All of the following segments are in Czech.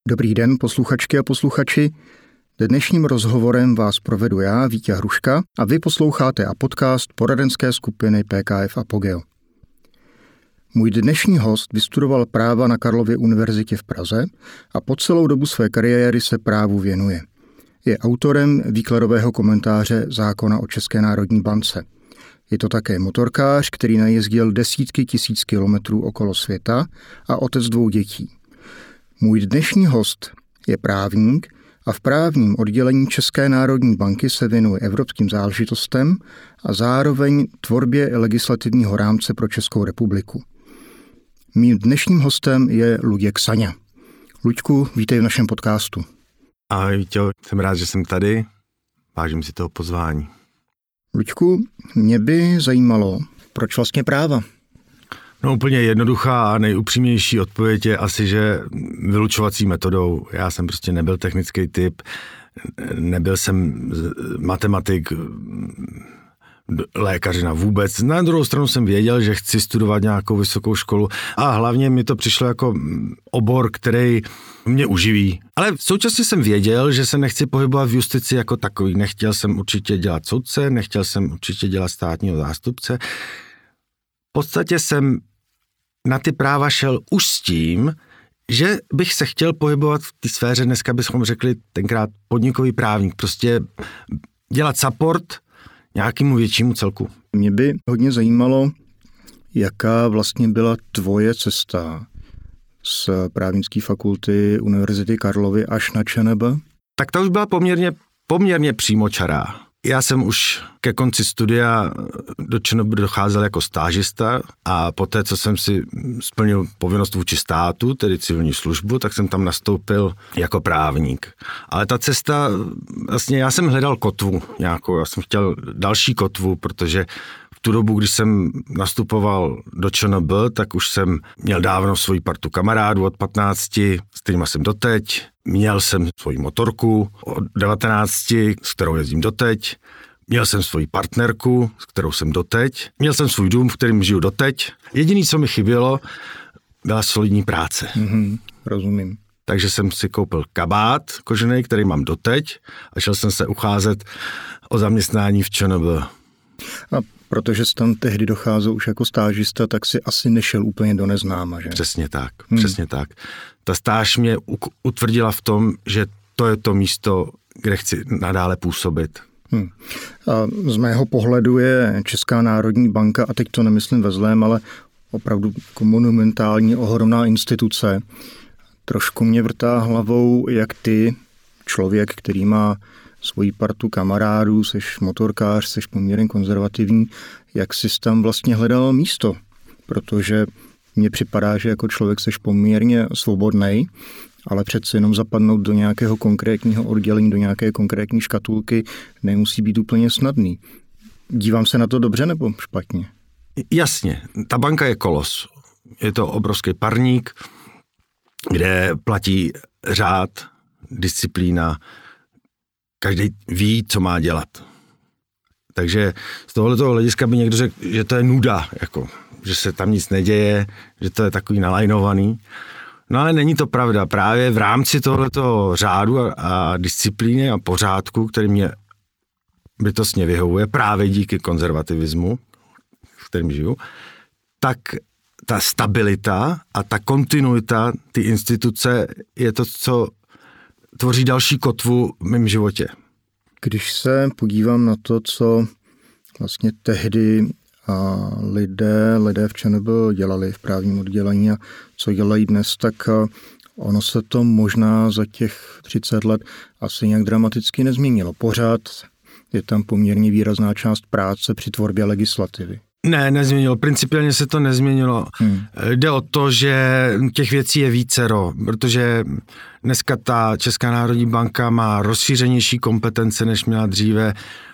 Dobrý den, posluchačky a posluchači. Dnešním rozhovorem vás provedu já, Vítěz Hruška, a vy posloucháte podcast poradenské skupiny PKF Apogeo. Můj dnešní host vystudoval práva na Karlově univerzitě v Praze a po celou dobu své kariéry se právu věnuje. Je autorem výkladového komentáře zákona o České národní bance. Je to také motorkář, který najezdil desítky tisíc kilometrů okolo světa a otec 2 dětí. Můj dnešní host je právník a v právním oddělení České národní banky se věnuje evropským záležitostem a zároveň tvorbě legislativního rámce pro Českou republiku. Mým dnešním hostem je Luděk Saňa. Luďku, vítej v našem podcastu. Ahoj Víťo, jsem rád, že jsem tady. Vážím si toho pozvání. Luďku, mě by zajímalo, proč vlastně práva? No úplně jednoduchá a nejupřímnější odpověď je asi, že vylučovací metodou. Já jsem prostě nebyl technický typ, nebyl jsem matematik, lékařina vůbec. Na druhou stranu jsem věděl, že chci studovat nějakou vysokou školu a hlavně mi to přišlo jako obor, který mě uživí. Ale současně jsem věděl, že se nechci pohybovat v justici jako takový. Nechtěl jsem určitě dělat soudce, nechtěl jsem určitě dělat státního zástupce. V podstatě jsem na ty práva šel už s tím, že bych se chtěl pohybovat v té sféře, dneska bychom řekli tenkrát podnikový právník, prostě dělat support nějakému většímu celku. Mě by hodně zajímalo, jaká vlastně byla tvoje cesta z právnické fakulty Univerzity Karlovy až na ČNB? Tak ta už byla poměrně přímočará. Já jsem už ke konci studia do ČNB docházel jako stážista a poté, co jsem si splnil povinnost vůči státu, tedy civilní službu, tak jsem tam nastoupil jako právník. Ale ta cesta, vlastně já jsem hledal kotvu nějakou, já jsem chtěl další kotvu, protože v tu dobu, když jsem nastupoval do ČNB, tak už jsem měl dávno svoji partu kamarádů od 15, s kterýma jsem doteď. Měl jsem svoji motorku od 19, s kterou jezdím doteď. Měl jsem svoji partnerku, s kterou jsem doteď. Měl jsem svůj dům, v kterém žiju doteď. Jediné, co mi chybělo, byla solidní práce. Rozumím. Takže jsem si koupil kabát kožený, který mám doteď a šel jsem se ucházet o zaměstnání v ČNB. A protože jsi tam tehdy docházel už jako stážista, tak si asi nešel úplně do neznáma, že? Přesně tak. Ta stáž mě utvrdila v tom, že to je to místo, kde chci nadále působit. A z mého pohledu je Česká národní banka, a teď to nemyslím ve zlém, ale opravdu jako monumentální, ohromná instituce. Trošku mě vrtá hlavou, jak ty, člověk, který má svoji partu kamarádů, seš motorkář, seš poměrně konzervativní, jak jsi tam vlastně hledal místo, protože mně připadá, že jako člověk seš poměrně svobodnej, ale přece jenom zapadnout do nějakého konkrétního oddělení, do nějaké konkrétní škatulky nemusí být úplně snadný. Dívám se na to dobře nebo špatně? Jasně, ta banka je kolos. Je to obrovský parník, kde platí řád, disciplína, každý ví, co má dělat. Takže z tohoto hlediska by někdo řekl, že to je nuda, jako, že se tam nic neděje, že to je takový nalajnovaný. No ale není to pravda. Právě v rámci tohoto řádu a disciplíny a pořádku, který mě bytostně vyhovuje, právě díky konzervativismu, v kterém žiju, tak ta stabilita a ta kontinuita, ty instituce je to, co tvoří další kotvu v mém životě. Když se podívám na to, co vlastně tehdy lidé v ČNB dělali v právním oddělení a co dělají dnes, tak ono se to možná za těch 30 let asi nějak dramaticky nezměnilo. Pořád je tam poměrně výrazná část práce při tvorbě legislativy. Ne, nezměnilo. Principiálně se to nezměnilo. Jde o to, že těch věcí je vícero, protože dneska ta Česká národní banka má rozšířenější kompetence, než měla dříve.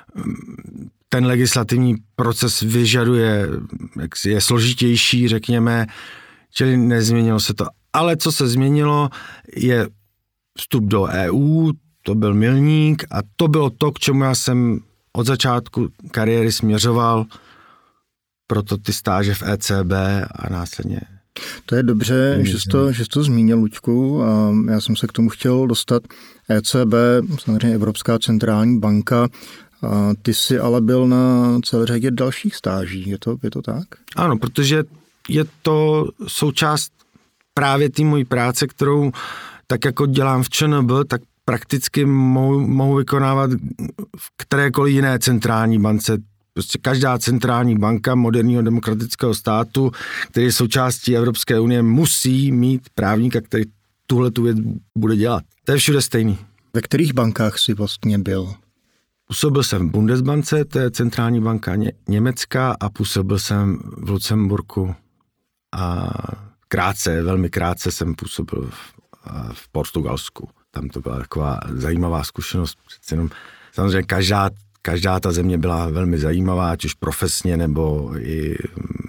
Ten legislativní proces vyžaduje, je složitější, řekněme, čili nezměnilo se to. Ale co se změnilo, je vstup do EU, to byl milník a to bylo to, k čemu já jsem od začátku kariéry směřoval, proto ty stáže v ECB a následně To je dobře, že jsi to zmínil, Luďku, a já jsem se k tomu chtěl dostat. ECB, samozřejmě Evropská centrální banka, a ty jsi ale byl na celé řadě dalších stáží, je to tak? Ano, protože je to součást právě té mojí práce, kterou tak jako dělám v ČNB, tak prakticky mohu vykonávat v kterékoliv jiné centrální bance. Prostě každá centrální banka moderního demokratického státu, který je součástí Evropské unie, musí mít právníka, který tuhletu věc bude dělat. To je všude stejný. Ve kterých bankách jsi vlastně byl? Působil jsem v Bundesbance, to je centrální banka německá, a působil jsem v Lucemburku a velmi krátce jsem působil v Portugalsku. Tam to byla taková zajímavá zkušenost. Přece jenom, samozřejmě každá ta země byla velmi zajímavá, ať už profesně nebo i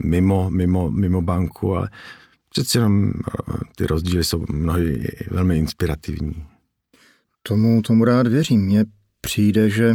mimo banku, ale přece jenom ty rozdíly jsou mnohdy velmi inspirativní. Tomu rád věřím. Mně přijde, že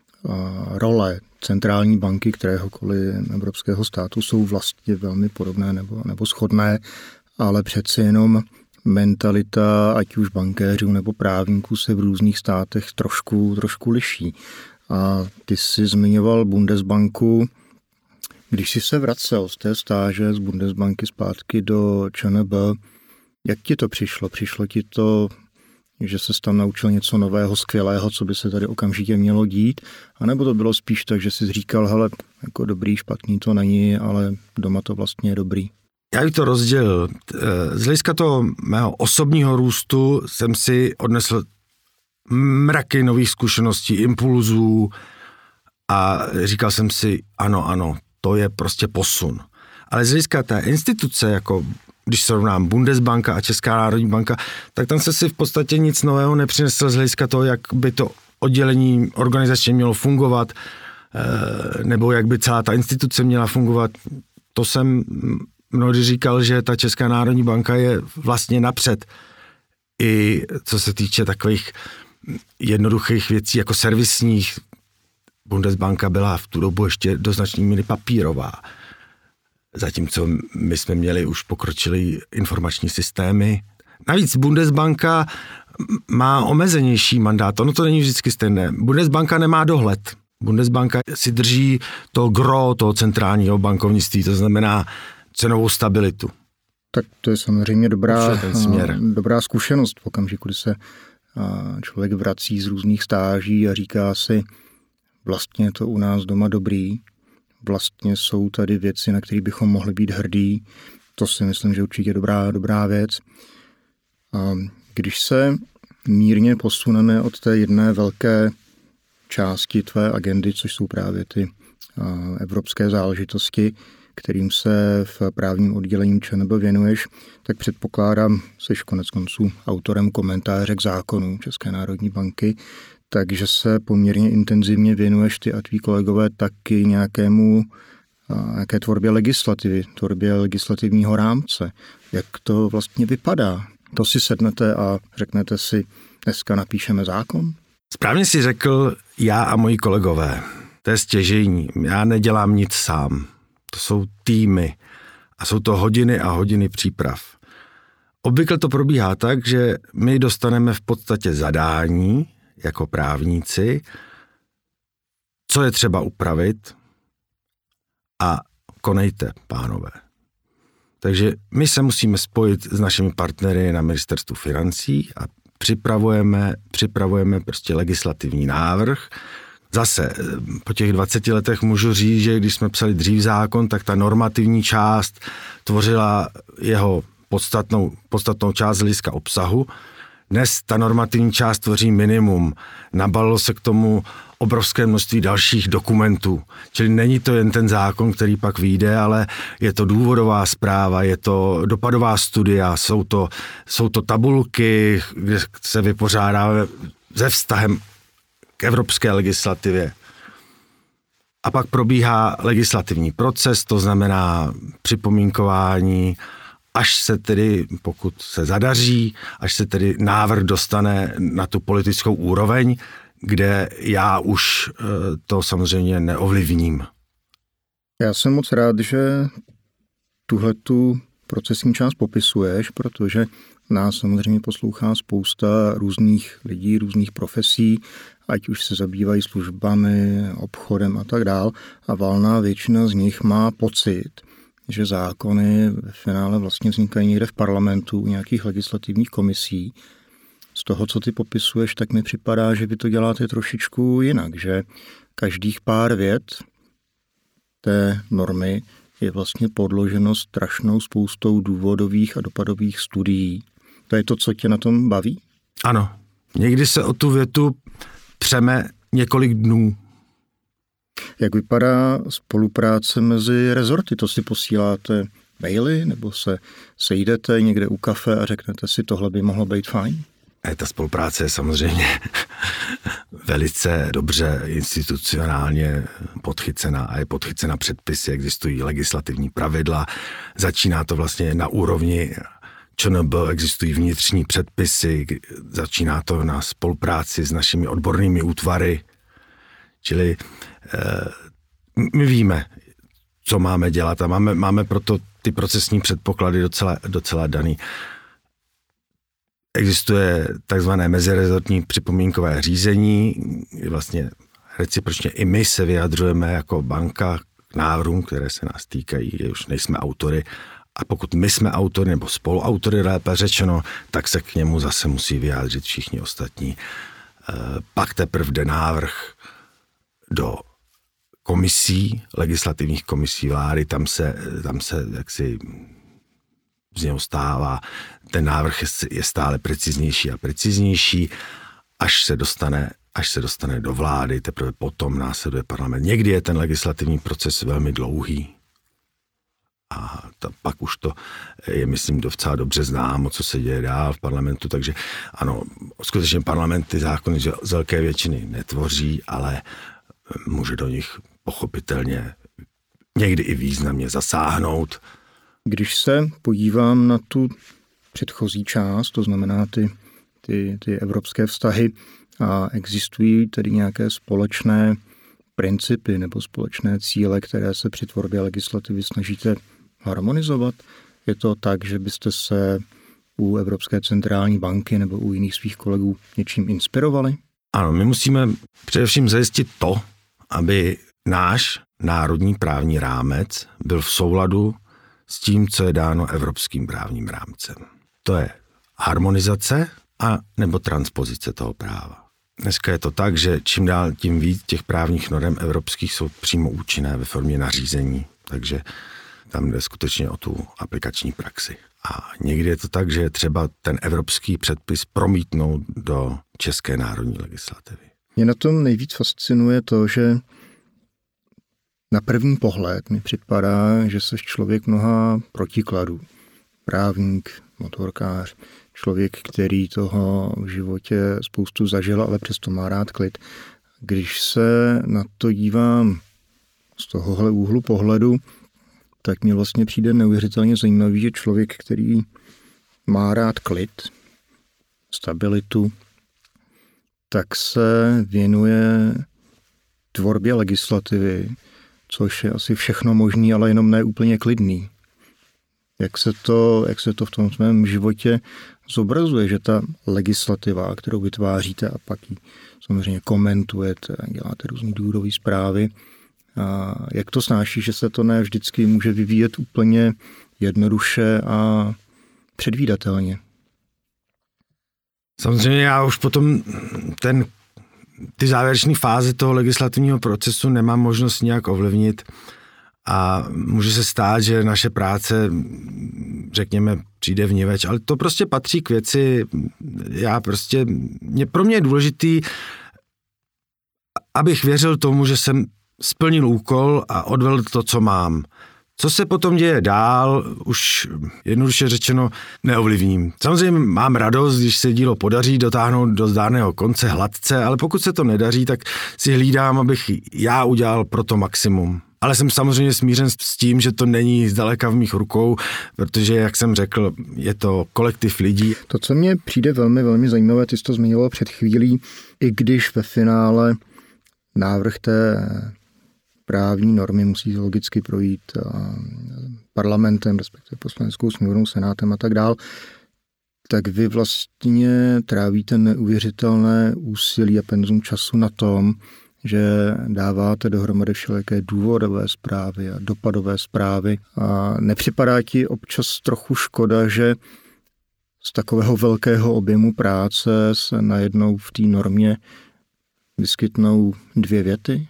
role centrální banky kteréhokoliv evropského státu jsou vlastně velmi podobné nebo shodné, ale přeci jenom mentalita, ať už bankéřů nebo právníků, se v různých státech trošku liší. A ty jsi zmiňoval Bundesbanku. Když jsi se vracel z té stáže z Bundesbanky zpátky do ČNB, jak ti to přišlo? Přišlo ti to, že ses tam naučil něco nového, skvělého, co by se tady okamžitě mělo dít? A nebo to bylo spíš tak, že jsi říkal, hele, jako dobrý, špatný to není, ale doma to vlastně je dobrý? Já bych to rozdělil. Z hlediska toho mého osobního růstu jsem si odnesl mraky nových zkušeností, impulzů a říkal jsem si, ano, to je prostě posun. Ale z hlediska té instituce, jako když srovnám Bundesbanka a Česká národní banka, tak tam se si v podstatě nic nového nepřinesl z hlediska toho, jak by to oddělení organizačně mělo fungovat, nebo jak by celá ta instituce měla fungovat. To jsem mnohdy říkal, že ta Česká národní banka je vlastně napřed. I co se týče takových jednoduchých věcí jako servisních. Bundesbanka byla v tu dobu ještě do značné míry papírová. Zatímco my jsme měli už pokročilé informační systémy. Navíc Bundesbanka má omezenější mandát. Ono to není vždycky stejné. Bundesbanka nemá dohled. Bundesbanka si drží to gro toho centrálního bankovnictví, to znamená cenovou stabilitu. Tak to je samozřejmě dobrá zkušenost v okamžiku, kdy se člověk vrací z různých stáží a říká si, vlastně je to u nás doma dobrý, vlastně jsou tady věci, na které bychom mohli být hrdí. To si myslím, že určitě dobrá věc. A když se mírně posuneme od té jedné velké části tvé agendy, což jsou právě ty evropské záležitosti, kterým se v právním oddělení ČNB věnuješ, tak předpokládám, seš koneckonců autorem komentáře k zákonu České národní banky, takže se poměrně intenzivně věnuješ ty a tví kolegové taky nějaké tvorbě legislativy, tvorbě legislativního rámce. Jak to vlastně vypadá? To si sednete a řeknete si, dneska napíšeme zákon? Správně si řekl, já a moji kolegové. To je stěžejní. Já nedělám nic sám. To jsou týmy a jsou to hodiny a hodiny příprav. Obvykle to probíhá tak, že my dostaneme v podstatě zadání jako právníci, co je třeba upravit, a konejte, pánové. Takže my se musíme spojit s našimi partnery na ministerstvu financí a připravujeme prostě legislativní návrh. Zase po těch 20 letech můžu říct, že když jsme psali dřív zákon, tak ta normativní část tvořila jeho podstatnou část z hlediska obsahu. Dnes ta normativní část tvoří minimum. Nabalilo se k tomu obrovské množství dalších dokumentů. Čili není to jen ten zákon, který pak vyjde, ale je to důvodová zpráva, je to dopadová studia, jsou to tabulky, kde se vypořádáme se vztahem k evropské legislativě. A pak probíhá legislativní proces, to znamená připomínkování, až se tedy, pokud se zadaří, až se tedy návrh dostane na tu politickou úroveň, kde já už to samozřejmě neovlivním. Já jsem moc rád, že tuhletu procesní část popisuješ, protože nás samozřejmě poslouchá spousta různých lidí, různých profesí, ať už se zabývají službami, obchodem a tak dál. A valná většina z nich má pocit, že zákony ve finále vlastně vznikají někde v parlamentu, u nějakých legislativních komisí. Z toho, co ty popisuješ, tak mi připadá, že vy to děláte trošičku jinak, že každých pár vět té normy je vlastně podloženo strašnou spoustou důvodových a dopadových studií. To je to, co tě na tom baví? Ano. Někdy se o tu větu přeme několik dnů. Jak vypadá spolupráce mezi rezorty? To si posíláte maily nebo se sejdete někde u kafe a řeknete si, tohle by mohlo být fajn? Ta spolupráce je samozřejmě velice dobře institucionálně podchycena a je podchycena předpisy, existují legislativní pravidla, začíná to vlastně na úrovni ČNB, existují vnitřní předpisy, začíná to na spolupráci s našimi odbornými útvary, čili my víme, co máme dělat a máme proto ty procesní předpoklady docela daný. Existuje takzvané mezirezortní připomínkové řízení, vlastně recipročně i my se vyjadřujeme jako banka k návrhům, které se nás týkají, už nejsme autory. A pokud my jsme autory nebo spoluautory, lépe řečeno, tak se k němu zase musí vyjádřit všichni ostatní. Pak teprve jde návrh do komisí, legislativních komisí vlády, tam se jaksi z něho stává, ten návrh je stále preciznější a preciznější, až se dostane do vlády, teprve potom následuje parlament. Někdy je ten legislativní proces velmi dlouhý a pak už to je, myslím, docela dobře známo, co se děje dál v parlamentu, takže ano, skutečně parlament ty zákony z velké většiny netvoří, ale může do nich pochopitelně někdy i významně zasáhnout. Když se podívám na tu předchozí část, to znamená ty evropské vztahy, a existují tedy nějaké společné principy nebo společné cíle, které se při tvorbě legislativy snažíte harmonizovat? Je to tak, že byste se u Evropské centrální banky nebo u jiných svých kolegů něčím inspirovali? Ano, my musíme především zajistit to, aby náš národní právní rámec byl v souladu s tím, co je dáno evropským právním rámcem. To je harmonizace a nebo transpozice toho práva. Dneska je to tak, že čím dál tím víc těch právních norem evropských jsou přímo účinné ve formě nařízení, takže tam jde skutečně o tu aplikační praxi. A někdy je to tak, že je třeba ten evropský předpis promítnout do české národní legislativy. Mě na tom nejvíc fascinuje to, že na první pohled mi připadá, že jsi člověk mnoha protikladů. Právník, motorkář, člověk, který toho v životě spoustu zažil, ale přesto má rád klid. Když se na to dívám z tohohle úhlu pohledu, tak mi vlastně přijde neuvěřitelně zajímavý, že člověk, který má rád klid, stabilitu, tak se věnuje tvorbě legislativy, což je asi všechno možný, ale jenom ne úplně klidný. Jak se to v tom svém životě zobrazuje, že ta legislativa, kterou vytváříte a pak ji samozřejmě komentujete, děláte různý důvodové zprávy, a jak to snáší, že se to ne vždycky může vyvíjet úplně jednoduše a předvídatelně? Samozřejmě já už potom ty závěrečné fáze toho legislativního procesu nemám možnost nějak ovlivnit a může se stát, že naše práce, řekněme, přijde vniveč, ale to prostě patří k věci. Pro mě je důležitý, abych věřil tomu, že jsem splnil úkol a odvedl to, co mám. Co se potom děje dál, už jednoduše řečeno neovlivním. Samozřejmě mám radost, když se dílo podaří dotáhnout do zdárného konce hladce, ale pokud se to nedaří, tak si hlídám, abych já udělal pro to maximum. Ale jsem samozřejmě smířen s tím, že to není zdaleka v mých rukou, protože, jak jsem řekl, je to kolektiv lidí. To, co mně přijde velmi, velmi zajímavé, ty jsi to zmiňoval před chvílí, i když ve finále návrh té právní normy musí logicky projít parlamentem, respektive poslaneckou sněmovnou, senátem a tak dál, tak vy vlastně trávíte neuvěřitelné úsilí a penzum času na tom, že dáváte dohromady všelijaké důvodové zprávy a dopadové zprávy. A nepřipadá ti občas trochu škoda, že z takového velkého objemu práce se najednou v té normě vyskytnou 2 věty?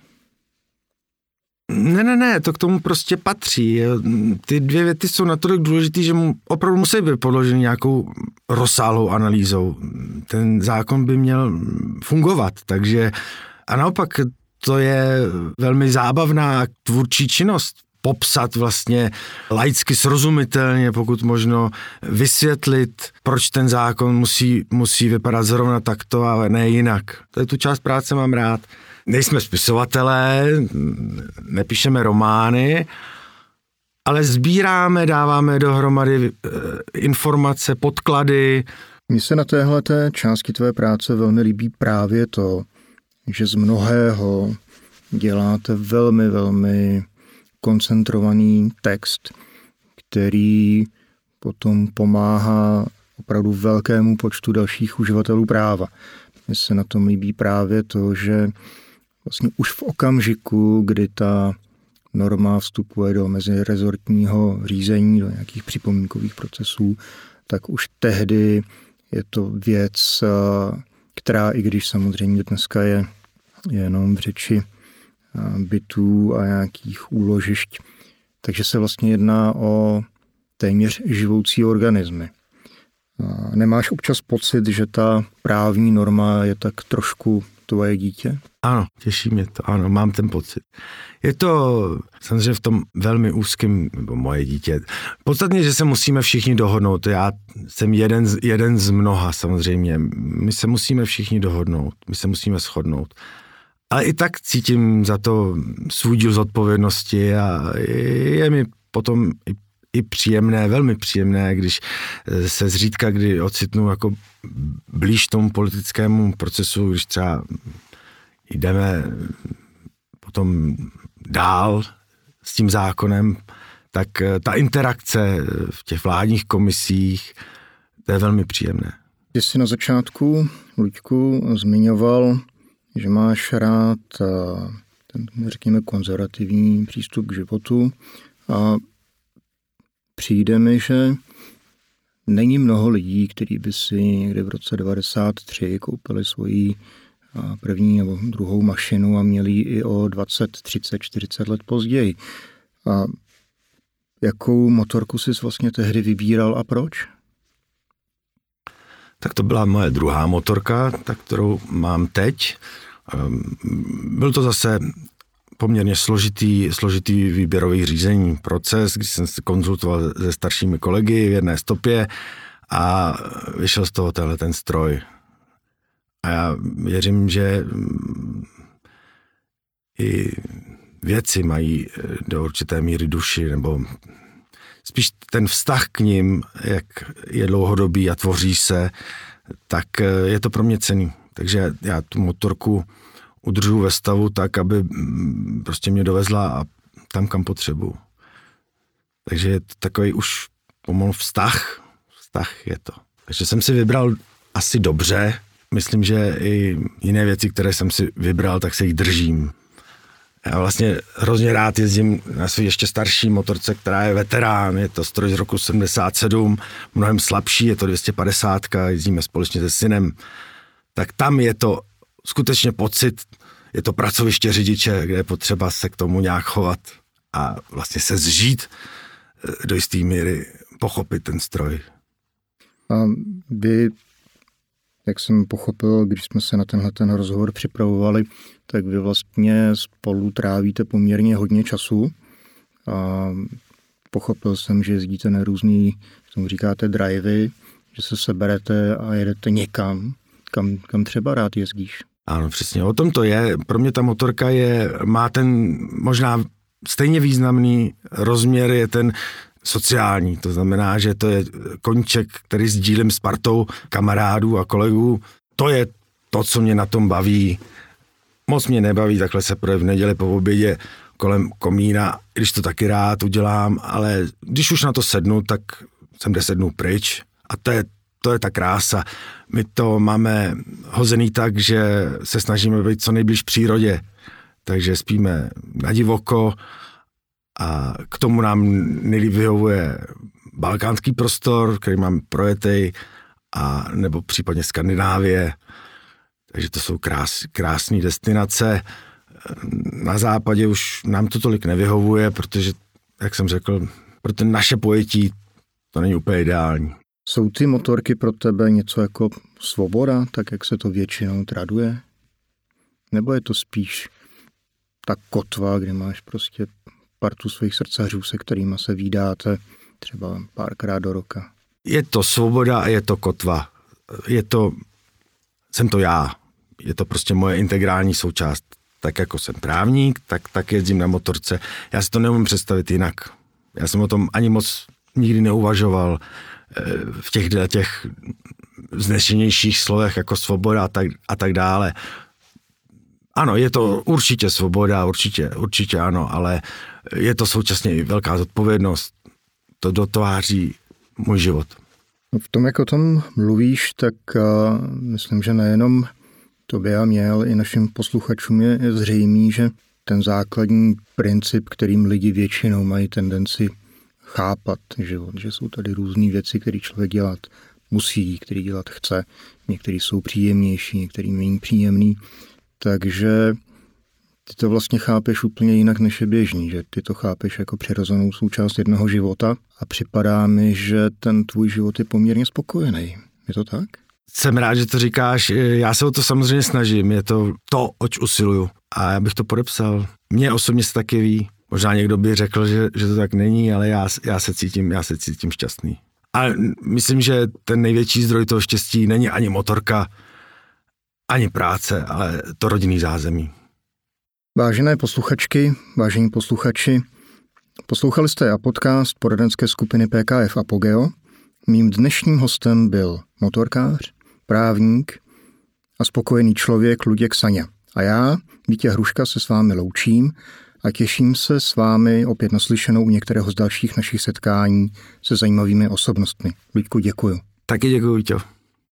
Ne, to k tomu prostě patří. Ty 2 věty jsou natolik důležitý, že opravdu musí být podloženy nějakou rozsáhlou analýzou. Ten zákon by měl fungovat, takže a naopak to je velmi zábavná tvůrčí činnost. Popsat vlastně laicky srozumitelně, pokud možno vysvětlit, proč ten zákon musí vypadat zrovna takto a ne jinak. To je tu část práce mám rád. Nejsme spisovatelé, nepíšeme romány, ale sbíráme, dáváme dohromady informace, podklady. Mně se na téhleté části tvé práce velmi líbí právě to, že z mnohého děláte velmi, velmi koncentrovaný text, který potom pomáhá opravdu velkému počtu dalších uživatelů práva. Mně se na tom líbí právě to, že vlastně už v okamžiku, kdy ta norma vstupuje do mezirezortního řízení, do nějakých připomínkových procesů, tak už tehdy je to věc, která, i když samozřejmě dneska je jenom v řeči bytů a nějakých úložišť, takže se vlastně jedná o téměř živoucí organismy. Nemáš občas pocit, že ta právní norma je tak trošku tvoje dítě? Ano, těší mě to, ano, mám ten pocit. Je to samozřejmě v tom velmi úzkém, nebo moje dítě. Podstatně, že se musíme všichni dohodnout. Já jsem jeden z mnoha samozřejmě. My se musíme všichni dohodnout, my se musíme shodnout. Ale i tak cítím za to svůj díl zodpovědnosti a je mi potom i příjemné, velmi příjemné, když se zřídka, kdy ocitnu jako blíž tomu politickému procesu, když třeba jdeme potom dál s tím zákonem, tak ta interakce v těch vládních komisích, to je velmi příjemné. Ty jsi na začátku, Luďku, zmiňoval, že máš rád ten, řekněme, konzervativní přístup k životu a přijde mi, že není mnoho lidí, kteří by si někdy v roce 1993 koupili svoji první nebo druhou mašinu a měli ji i o 20, 30, 40 let později. A jakou motorku jsi vlastně tehdy vybíral a proč? Tak to byla moje druhá motorka, ta, kterou mám teď. Byl to zase poměrně složitý výběrový řízení proces, když jsem se konzultoval se staršími kolegy v jedné stopě a vyšel z toho ten stroj. A já věřím, že i věci mají do určité míry duši, nebo spíš ten vztah k nim, jak je dlouhodobý a tvoří se, tak je to pro mě cenný. Takže já tu motorku udržu ve stavu tak, aby prostě mě dovezla a tam, kam potřebuju. Takže je to takový už pomalu vztah je to. Takže jsem si vybral asi dobře. Myslím, že i jiné věci, které jsem si vybral, tak se jich držím. Já vlastně hrozně rád jezdím na své ještě starší motorce, která je veterán, je to stroj z roku 77, mnohem slabší, je to 250, jezdíme společně se synem. Tak tam je to skutečně pocit, je to pracoviště řidiče, kde je potřeba se k tomu nějak chovat a vlastně se zžít do jisté míry, pochopit ten stroj. A vy, jak jsem pochopil, když jsme se na ten rozhovor připravovali, tak vy vlastně spolu trávíte poměrně hodně času. A pochopil jsem, že jezdíte na různý, tomu říkáte drivey, že se seberete a jedete někam, kam třeba rád jezdíš. Ano, přesně, o tom to je. Pro mě ta motorka má ten možná stejně významný rozměr, je ten sociální. To znamená, že to je koníček, který sdílím s partou kamarádů a kolegů. To je to, co mě na tom baví. Moc mě nebaví takhle se v neděli po obědě kolem komína, když to taky rád udělám, ale když už na to sednu, tak jsem 10 dnů pryč a to je ta krása. My to máme hozený tak, že se snažíme být co nejblíž přírodě, takže spíme na divoko a k tomu nám nejlíp vyhovuje balkánský prostor, který máme projetej, a nebo případně Skandinávie, takže to jsou krásné destinace. Na západě už nám to tolik nevyhovuje, protože, jak jsem řekl, pro ten naše pojetí to není úplně ideální. Jsou ty motorky pro tebe něco jako svoboda, tak jak se to většinou traduje? Nebo je to spíš ta kotva, kde máš prostě partu svých srdcařů, se kterými se vídáte třeba párkrát do roka? Je to svoboda a je to kotva. Jsem to já. Je to prostě moje integrální součást. Tak jako jsem právník, tak jezdím na motorce. Já si to neumím představit jinak. Já jsem o tom ani moc nikdy neuvažoval v těch vznešenějších slovech jako svoboda a tak dále. Ano, je to určitě svoboda, určitě ano, ale je to současně i velká zodpovědnost. To dotváří můj život. V tom, jak o tom mluvíš, tak myslím, že nejenom tobě a mě, ale i našim posluchačům je zřejmý, že ten základní princip, kterým lidi většinou mají tendenci chápat život, že jsou tady různý věci, které člověk dělat musí, který dělat chce, některý jsou příjemnější, některý méně příjemný, takže ty to vlastně chápeš úplně jinak, než je běžný, že ty to chápeš jako přirozenou součást jednoho života a připadá mi, že ten tvůj život je poměrně spokojený. Je to tak? Jsem rád, že to říkáš. Já se o to samozřejmě snažím. Je to, oč usiluju. A já bych to podepsal. Mně osobně se taky ví. Možná někdo by řekl, že to tak není, ale já se cítím šťastný. A myslím, že ten největší zdroj toho štěstí není ani motorka, ani práce, ale to rodinný zázemí. Vážené posluchačky, vážení posluchači, poslouchali jste podcast poradenské skupiny PKF Apogeo. Mým dnešním hostem byl motorkář, právník a spokojený člověk Luděk Saňa. A já, Vítěz Hruška, se s vámi loučím a těším se s vámi opět naslyšenou u některého z dalších našich setkání se zajímavými osobnostmi. Luďku, děkuju. Taky děkuju, Vítěz.